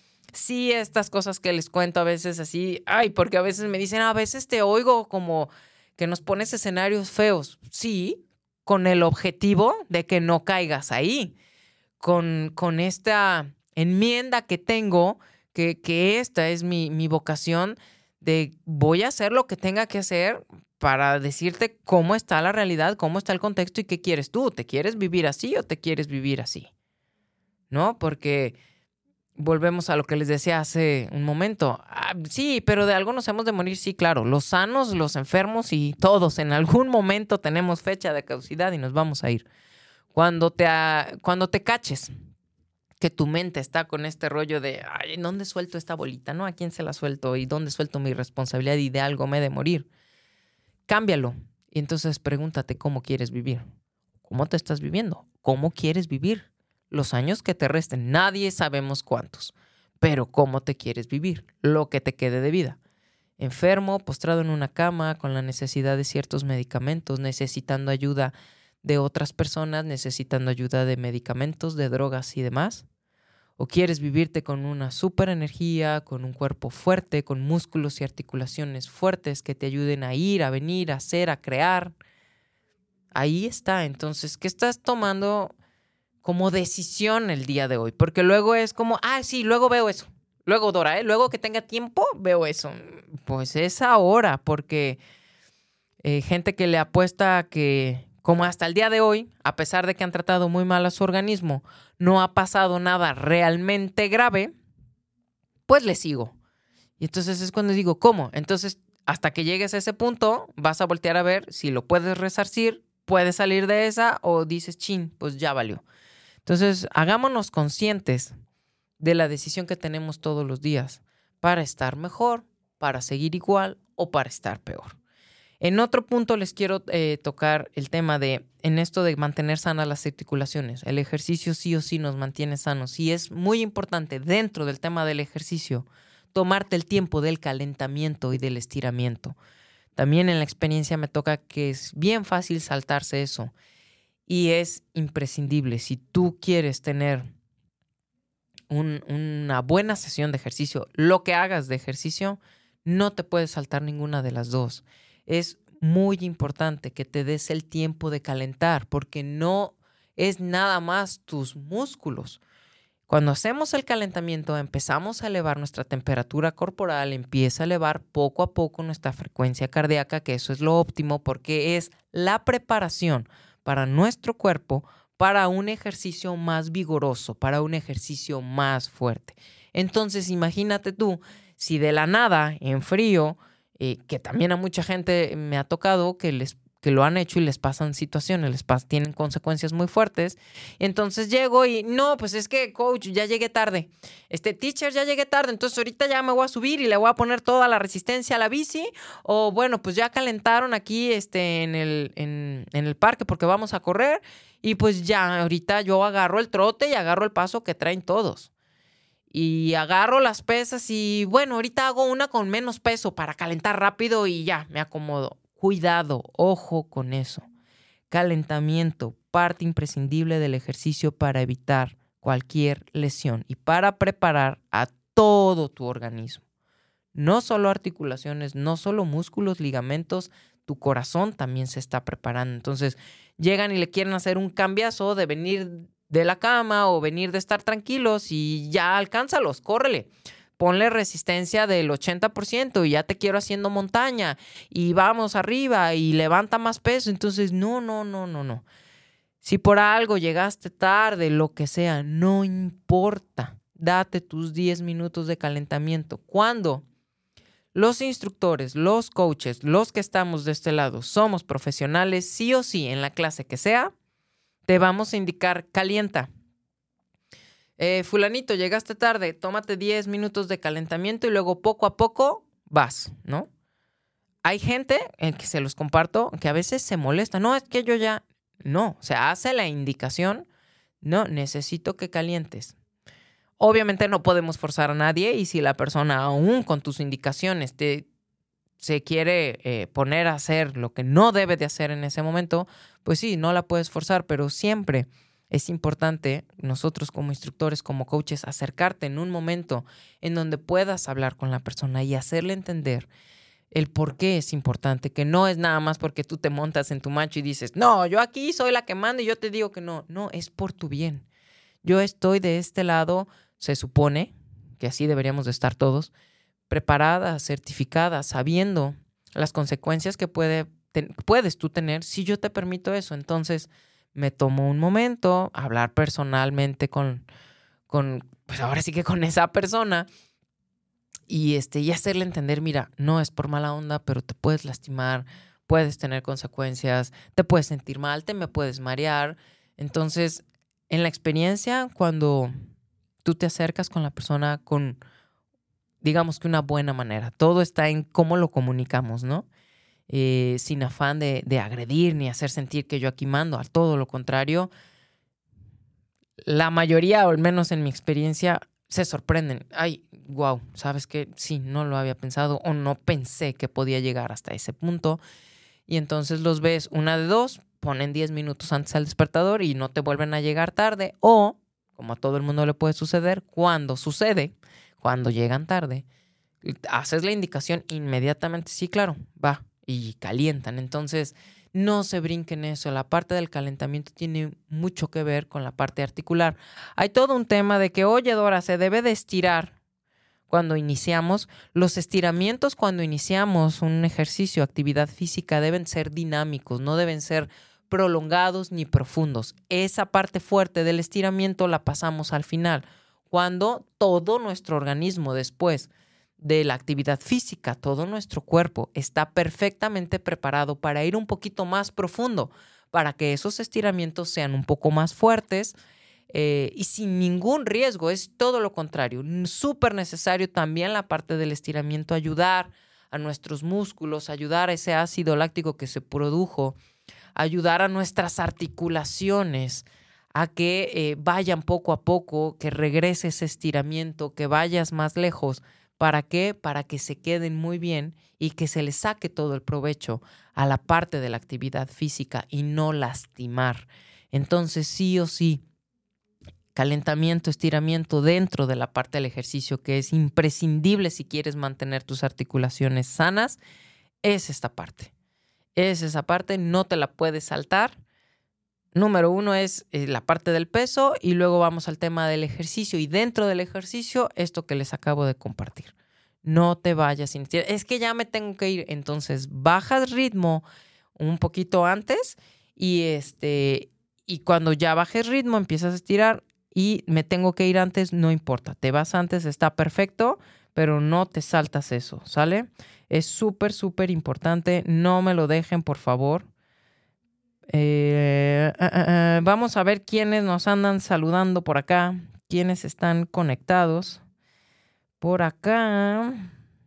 sí, estas cosas que les cuento a veces así, ay, porque a veces me dicen, a veces te oigo como que nos pones escenarios feos. Sí, con el objetivo de que no caigas ahí, con esta enmienda que tengo, que esta es mi vocación, de voy a hacer lo que tenga que hacer para decirte cómo está la realidad, cómo está el contexto y qué quieres tú. ¿Te quieres vivir así o te quieres vivir así? ¿No? Porque volvemos a lo que les decía hace un momento. Sí, pero de algo nos hemos de morir, sí, claro. Los sanos, los enfermos y todos en algún momento tenemos fecha de caducidad y nos vamos a ir. Cuando te caches que tu mente está con este rollo de, ay, ¿dónde suelto esta bolita? ¿No? ¿A quién se la suelto? ¿Y dónde suelto mi responsabilidad? Y de algo me he de morir. Cámbialo. Y entonces pregúntate cómo quieres vivir. ¿Cómo te estás viviendo? ¿Cómo quieres vivir? Los años que te resten, nadie sabemos cuántos, pero ¿cómo te quieres vivir? Lo que te quede de vida. Enfermo, postrado en una cama, con la necesidad de ciertos medicamentos, necesitando ayuda de otras personas, necesitando ayuda de medicamentos, de drogas y demás. ¿O quieres vivirte con una súper energía, con un cuerpo fuerte, con músculos y articulaciones fuertes que te ayuden a ir, a venir, a hacer, a crear? Ahí está. Entonces, ¿qué estás tomando como decisión el día de hoy? Porque luego es como, sí, luego veo eso. Luego, Dora, luego que tenga tiempo, veo eso. Pues es ahora, porque gente que le apuesta a que, como hasta el día de hoy, a pesar de que han tratado muy mal a su organismo, no ha pasado nada realmente grave, pues le sigo. Y entonces es cuando digo, ¿cómo? Entonces, hasta que llegues a ese punto, vas a voltear a ver si lo puedes resarcir, puedes salir de esa o dices, chin, pues ya valió. Entonces, hagámonos conscientes de la decisión que tenemos todos los días para estar mejor, para seguir igual o para estar peor. En otro punto les quiero tocar el tema en esto de mantener sanas las articulaciones. El ejercicio sí o sí nos mantiene sanos y es muy importante dentro del tema del ejercicio tomarte el tiempo del calentamiento y del estiramiento. También en la experiencia me toca que es bien fácil saltarse eso. Y es imprescindible. Si tú quieres tener una buena sesión de ejercicio, lo que hagas de ejercicio, no te puedes saltar ninguna de las dos. Es muy importante que te des el tiempo de calentar, porque no es nada más tus músculos. Cuando hacemos el calentamiento, empezamos a elevar nuestra temperatura corporal, empieza a elevar poco a poco nuestra frecuencia cardíaca, que eso es lo óptimo porque es la preparación para nuestro cuerpo para un ejercicio más vigoroso, para un ejercicio más fuerte. Entonces, imagínate tú, si de la nada, en frío, que también a mucha gente me ha tocado que lo han hecho y les pasan situaciones, tienen consecuencias muy fuertes. Entonces llego y, no, pues es que, coach, ya llegué tarde. Teacher, ya llegué tarde, entonces ahorita ya me voy a subir y le voy a poner toda la resistencia a la bici. O bueno, pues ya calentaron aquí en el parque porque vamos a correr. Y pues ya, ahorita yo agarro el trote y agarro el paso que traen todos. Y agarro las pesas y, bueno, ahorita hago una con menos peso para calentar rápido y ya, me acomodo. Cuidado, ojo con eso. Calentamiento, parte imprescindible del ejercicio para evitar cualquier lesión y para preparar a todo tu organismo. No solo articulaciones, no solo músculos, ligamentos, tu corazón también se está preparando. Entonces, llegan y le quieren hacer un cambiazo de venir de la cama o venir de estar tranquilos y ya alcánzalos, córrele. Ponle resistencia del 80% y ya te quiero haciendo montaña y vamos arriba y levanta más peso. Entonces, no. Si por algo llegaste tarde, lo que sea, no importa. Date tus 10 minutos de calentamiento. ¿Cuándo? Los instructores, los coaches, los que estamos de este lado, somos profesionales, sí o sí, en la clase que sea, te vamos a indicar calienta. Fulanito, llegaste tarde, tómate 10 minutos de calentamiento y luego poco a poco vas, ¿no? Hay gente, que se los comparto, que a veces se molesta. No, es que yo ya... No, o sea, hace la indicación. No, necesito que calientes. Obviamente no podemos forzar a nadie y si la persona aún con tus indicaciones se quiere poner a hacer lo que no debe de hacer en ese momento, pues sí, no la puedes forzar, pero siempre es importante nosotros como instructores, como coaches, acercarte en un momento en donde puedas hablar con la persona y hacerle entender el por qué es importante, que no es nada más porque tú te montas en tu macho y dices, no, yo aquí soy la que manda y yo te digo que no. No, es por tu bien. Yo estoy de este lado, se supone que así deberíamos de estar todos, preparadas, certificadas, sabiendo las consecuencias que puedes tú tener si yo te permito eso. Entonces, me tomo un momento, hablar personalmente con pues ahora sí que con esa persona y hacerle entender, mira, no es por mala onda, pero te puedes lastimar, puedes tener consecuencias, te puedes sentir mal, te me puedes marear. Entonces, en la experiencia, cuando tú te acercas con la persona con, digamos que una buena manera, todo está en cómo lo comunicamos, ¿no? Sin afán de agredir ni hacer sentir que yo aquí mando, al todo lo contrario. La mayoría, o al menos en mi experiencia, se sorprenden. Ay, wow, ¿sabes qué? Sí, no lo había pensado o no pensé que podía llegar hasta ese punto. Y entonces los ves una de dos, ponen 10 minutos antes al despertador y no te vuelven a llegar tarde. O, como a todo el mundo le puede suceder, cuando llegan tarde, haces la indicación inmediatamente. Sí, claro, va. Y calientan. Entonces, no se brinquen eso. La parte del calentamiento tiene mucho que ver con la parte articular. Hay todo un tema de que, oye, Dora, se debe de estirar cuando iniciamos. Los estiramientos cuando iniciamos un ejercicio, actividad física, deben ser dinámicos, no deben ser prolongados ni profundos. Esa parte fuerte del estiramiento la pasamos al final, cuando todo nuestro organismo después de la actividad física, todo nuestro cuerpo está perfectamente preparado para ir un poquito más profundo, para que esos estiramientos sean un poco más fuertes y sin ningún riesgo. Es todo lo contrario. Súper necesario también la parte del estiramiento, ayudar a nuestros músculos, ayudar a ese ácido láctico que se produjo, ayudar a nuestras articulaciones a que vayan poco a poco, que regrese ese estiramiento, que vayas más lejos. ¿Para qué? Para que se queden muy bien y que se les saque todo el provecho a la parte de la actividad física y no lastimar. Entonces, sí o sí, calentamiento, estiramiento dentro de la parte del ejercicio que es imprescindible si quieres mantener tus articulaciones sanas, es esta parte. Es esa parte, no te la puedes saltar. número 1 es la parte del peso y luego vamos al tema del ejercicio. Y dentro del ejercicio, esto que les acabo de compartir. No te vayas sin estirar. Es que ya me tengo que ir. Entonces, bajas ritmo un poquito antes y cuando ya bajes ritmo, empiezas a estirar y me tengo que ir antes, no importa. Te vas antes, está perfecto, pero no te saltas eso, ¿sale? Es súper, súper importante. No me lo dejen, por favor. Vamos a ver quiénes nos andan saludando por acá, quiénes están conectados. Por acá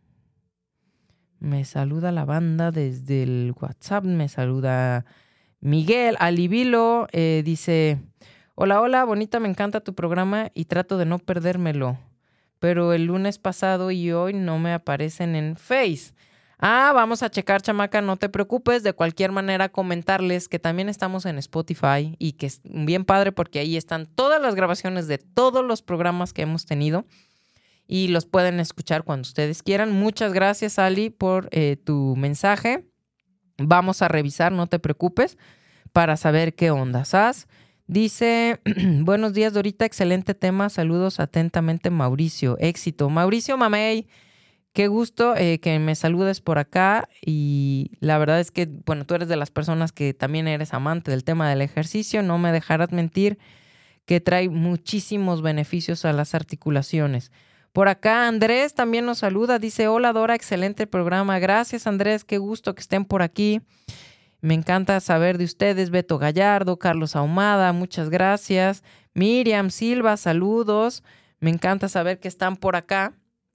me saluda la banda desde el WhatsApp, me saluda Miguel Alivilo, dice, hola, bonita, me encanta tu programa y trato de no perdérmelo, pero el lunes pasado y hoy no me aparecen en Face. Vamos a checar, chamaca, no te preocupes. De cualquier manera, comentarles que también estamos en Spotify y que es bien padre porque ahí están todas las grabaciones de todos los programas que hemos tenido y los pueden escuchar cuando ustedes quieran. Muchas gracias, Ali, por tu mensaje. Vamos a revisar, no te preocupes, para saber qué onda, ¿sabes? Dice, buenos días, Dorita, excelente tema. Saludos atentamente, Mauricio. Éxito. Mauricio Mamey. Qué gusto que me saludes por acá y la verdad es que, bueno, tú eres de las personas que también eres amante del tema del ejercicio. No me dejarás mentir que trae muchísimos beneficios a las articulaciones. Por acá Andrés también nos saluda. Dice, hola Dora, excelente programa. Gracias Andrés, qué gusto que estén por aquí. Me encanta saber de ustedes. Beto Gallardo, Carlos Ahumada, muchas gracias. Miriam Silva, saludos. Me encanta saber que están por acá.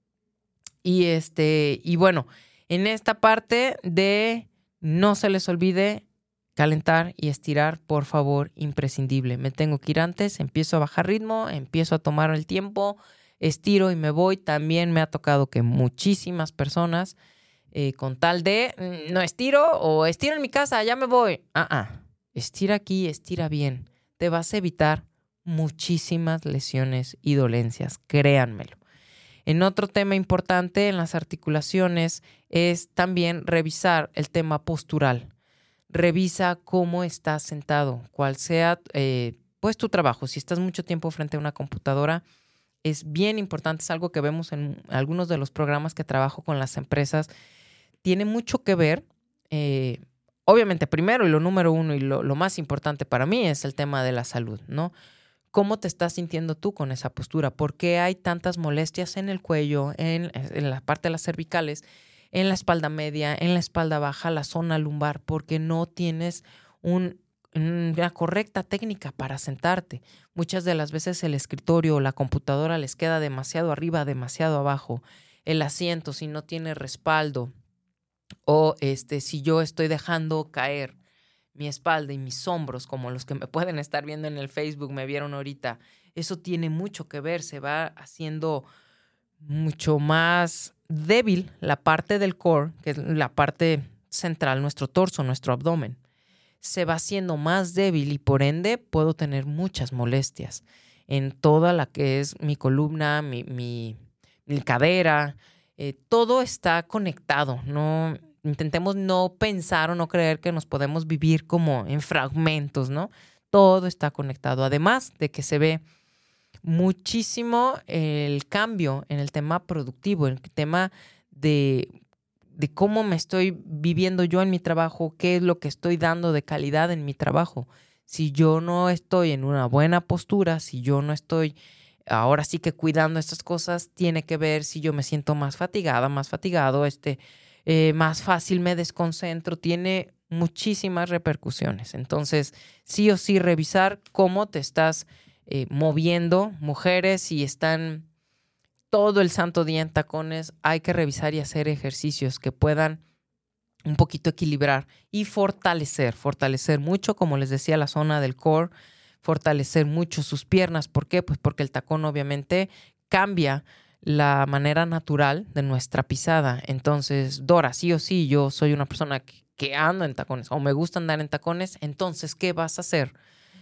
Y bueno, en esta parte de no se les olvide calentar y estirar, por favor, imprescindible. Me tengo que ir antes, empiezo a bajar ritmo, empiezo a tomar el tiempo, estiro y me voy. También me ha tocado que muchísimas personas con tal de no estiro o estiro en mi casa, ya me voy. Estira aquí, estira bien. Te vas a evitar muchísimas lesiones y dolencias, créanmelo. En otro tema importante en las articulaciones es también revisar el tema postural. Revisa cómo estás sentado, cuál sea pues tu trabajo. Si estás mucho tiempo frente a una computadora, es bien importante, es algo que vemos en algunos de los programas que trabajo con las empresas. Tiene mucho que ver, obviamente primero y lo número uno y lo más importante para mí es el tema de la salud, ¿no? ¿Cómo te estás sintiendo tú con esa postura? ¿Por qué hay tantas molestias en el cuello, en la parte de las cervicales, en la espalda media, en la espalda baja, la zona lumbar? Porque no tienes una correcta técnica para sentarte. Muchas de las veces el escritorio o la computadora les queda demasiado arriba, demasiado abajo. El asiento, si no tiene respaldo, o si yo estoy dejando caer mi espalda y mis hombros, como los que me pueden estar viendo en el Facebook, me vieron ahorita, eso tiene mucho que ver, se va haciendo mucho más débil la parte del core, que es la parte central, nuestro torso, nuestro abdomen. Se va haciendo más débil y por ende puedo tener muchas molestias en toda la que es mi columna, mi cadera, todo está conectado, ¿no? Intentemos no pensar o no creer que nos podemos vivir como en fragmentos, ¿no? Todo está conectado. Además de que se ve muchísimo el cambio en el tema productivo, en el tema de cómo me estoy viviendo yo en mi trabajo, qué es lo que estoy dando de calidad en mi trabajo. Si yo no estoy en una buena postura, si yo no estoy ahora sí que cuidando estas cosas, tiene que ver si yo me siento más fatigada, más fatigado, más fácil me desconcentro, tiene muchísimas repercusiones. Entonces, sí o sí revisar cómo te estás moviendo. Mujeres, si están todo el santo día en tacones, hay que revisar y hacer ejercicios que puedan un poquito equilibrar y fortalecer mucho, como les decía, la zona del core, fortalecer mucho sus piernas. ¿Por qué? Pues porque el tacón obviamente cambia la manera natural de nuestra pisada. Entonces, Dora, sí o sí, yo soy una persona que ando en tacones o me gusta andar en tacones. Entonces, ¿qué vas a hacer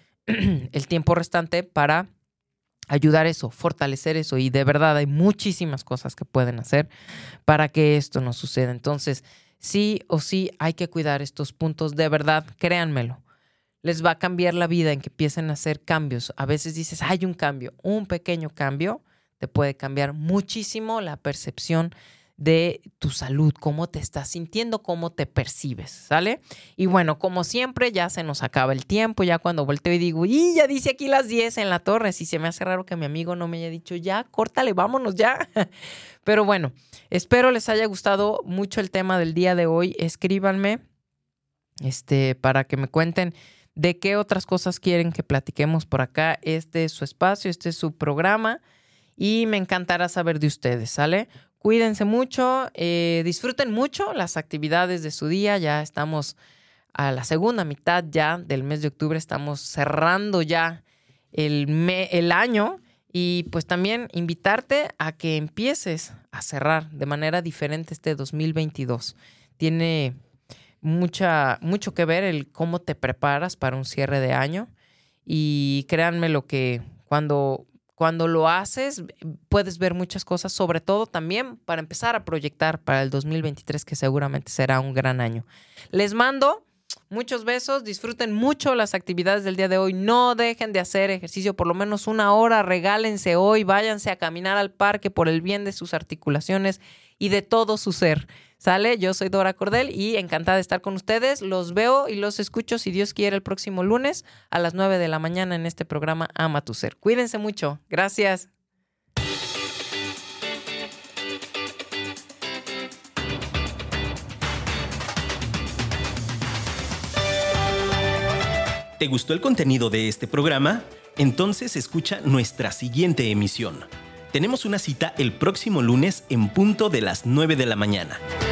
el tiempo restante para ayudar eso, fortalecer eso? Y de verdad hay muchísimas cosas que pueden hacer para que esto no suceda. Entonces, sí o sí hay que cuidar estos puntos. De verdad, créanmelo. les va a cambiar la vida en que empiecen a hacer cambios. A veces dices, hay un cambio, un pequeño cambio te puede cambiar muchísimo la percepción de tu salud, cómo te estás sintiendo, cómo te percibes, ¿sale? Y bueno, como siempre, ya se nos acaba el tiempo, ya cuando volteo y digo, ¡y ya dice aquí las 10 en la torre! Si se me hace raro que mi amigo no me haya dicho, ya, córtale, vámonos ya. Pero bueno, espero les haya gustado mucho el tema del día de hoy. Escríbanme para que me cuenten de qué otras cosas quieren que platiquemos por acá. Este es su espacio, este es su programa y me encantará saber de ustedes, ¿sale? Cuídense mucho, disfruten mucho las actividades de su día. Ya estamos a la segunda mitad ya del mes de octubre. Estamos cerrando ya el año. Y pues también invitarte a que empieces a cerrar de manera diferente este 2022. Tiene mucho que ver el cómo te preparas para un cierre de año. Y créanme lo que cuando lo haces, puedes ver muchas cosas, sobre todo también para empezar a proyectar para el 2023, que seguramente será un gran año. Les mando muchos besos, disfruten mucho las actividades del día de hoy, no dejen de hacer ejercicio por lo menos 1 hora, regálense hoy, váyanse a caminar al parque por el bien de sus articulaciones y de todo su ser. ¿Sale? Yo soy Dora Cordel y encantada de estar con ustedes. Los veo y los escucho, si Dios quiere, el próximo lunes a las 9 de la mañana en este programa Ama tu Ser. Cuídense mucho. Gracias. ¿Te gustó el contenido de este programa? Entonces escucha nuestra siguiente emisión. Tenemos una cita el próximo lunes en punto de las 9 de la mañana.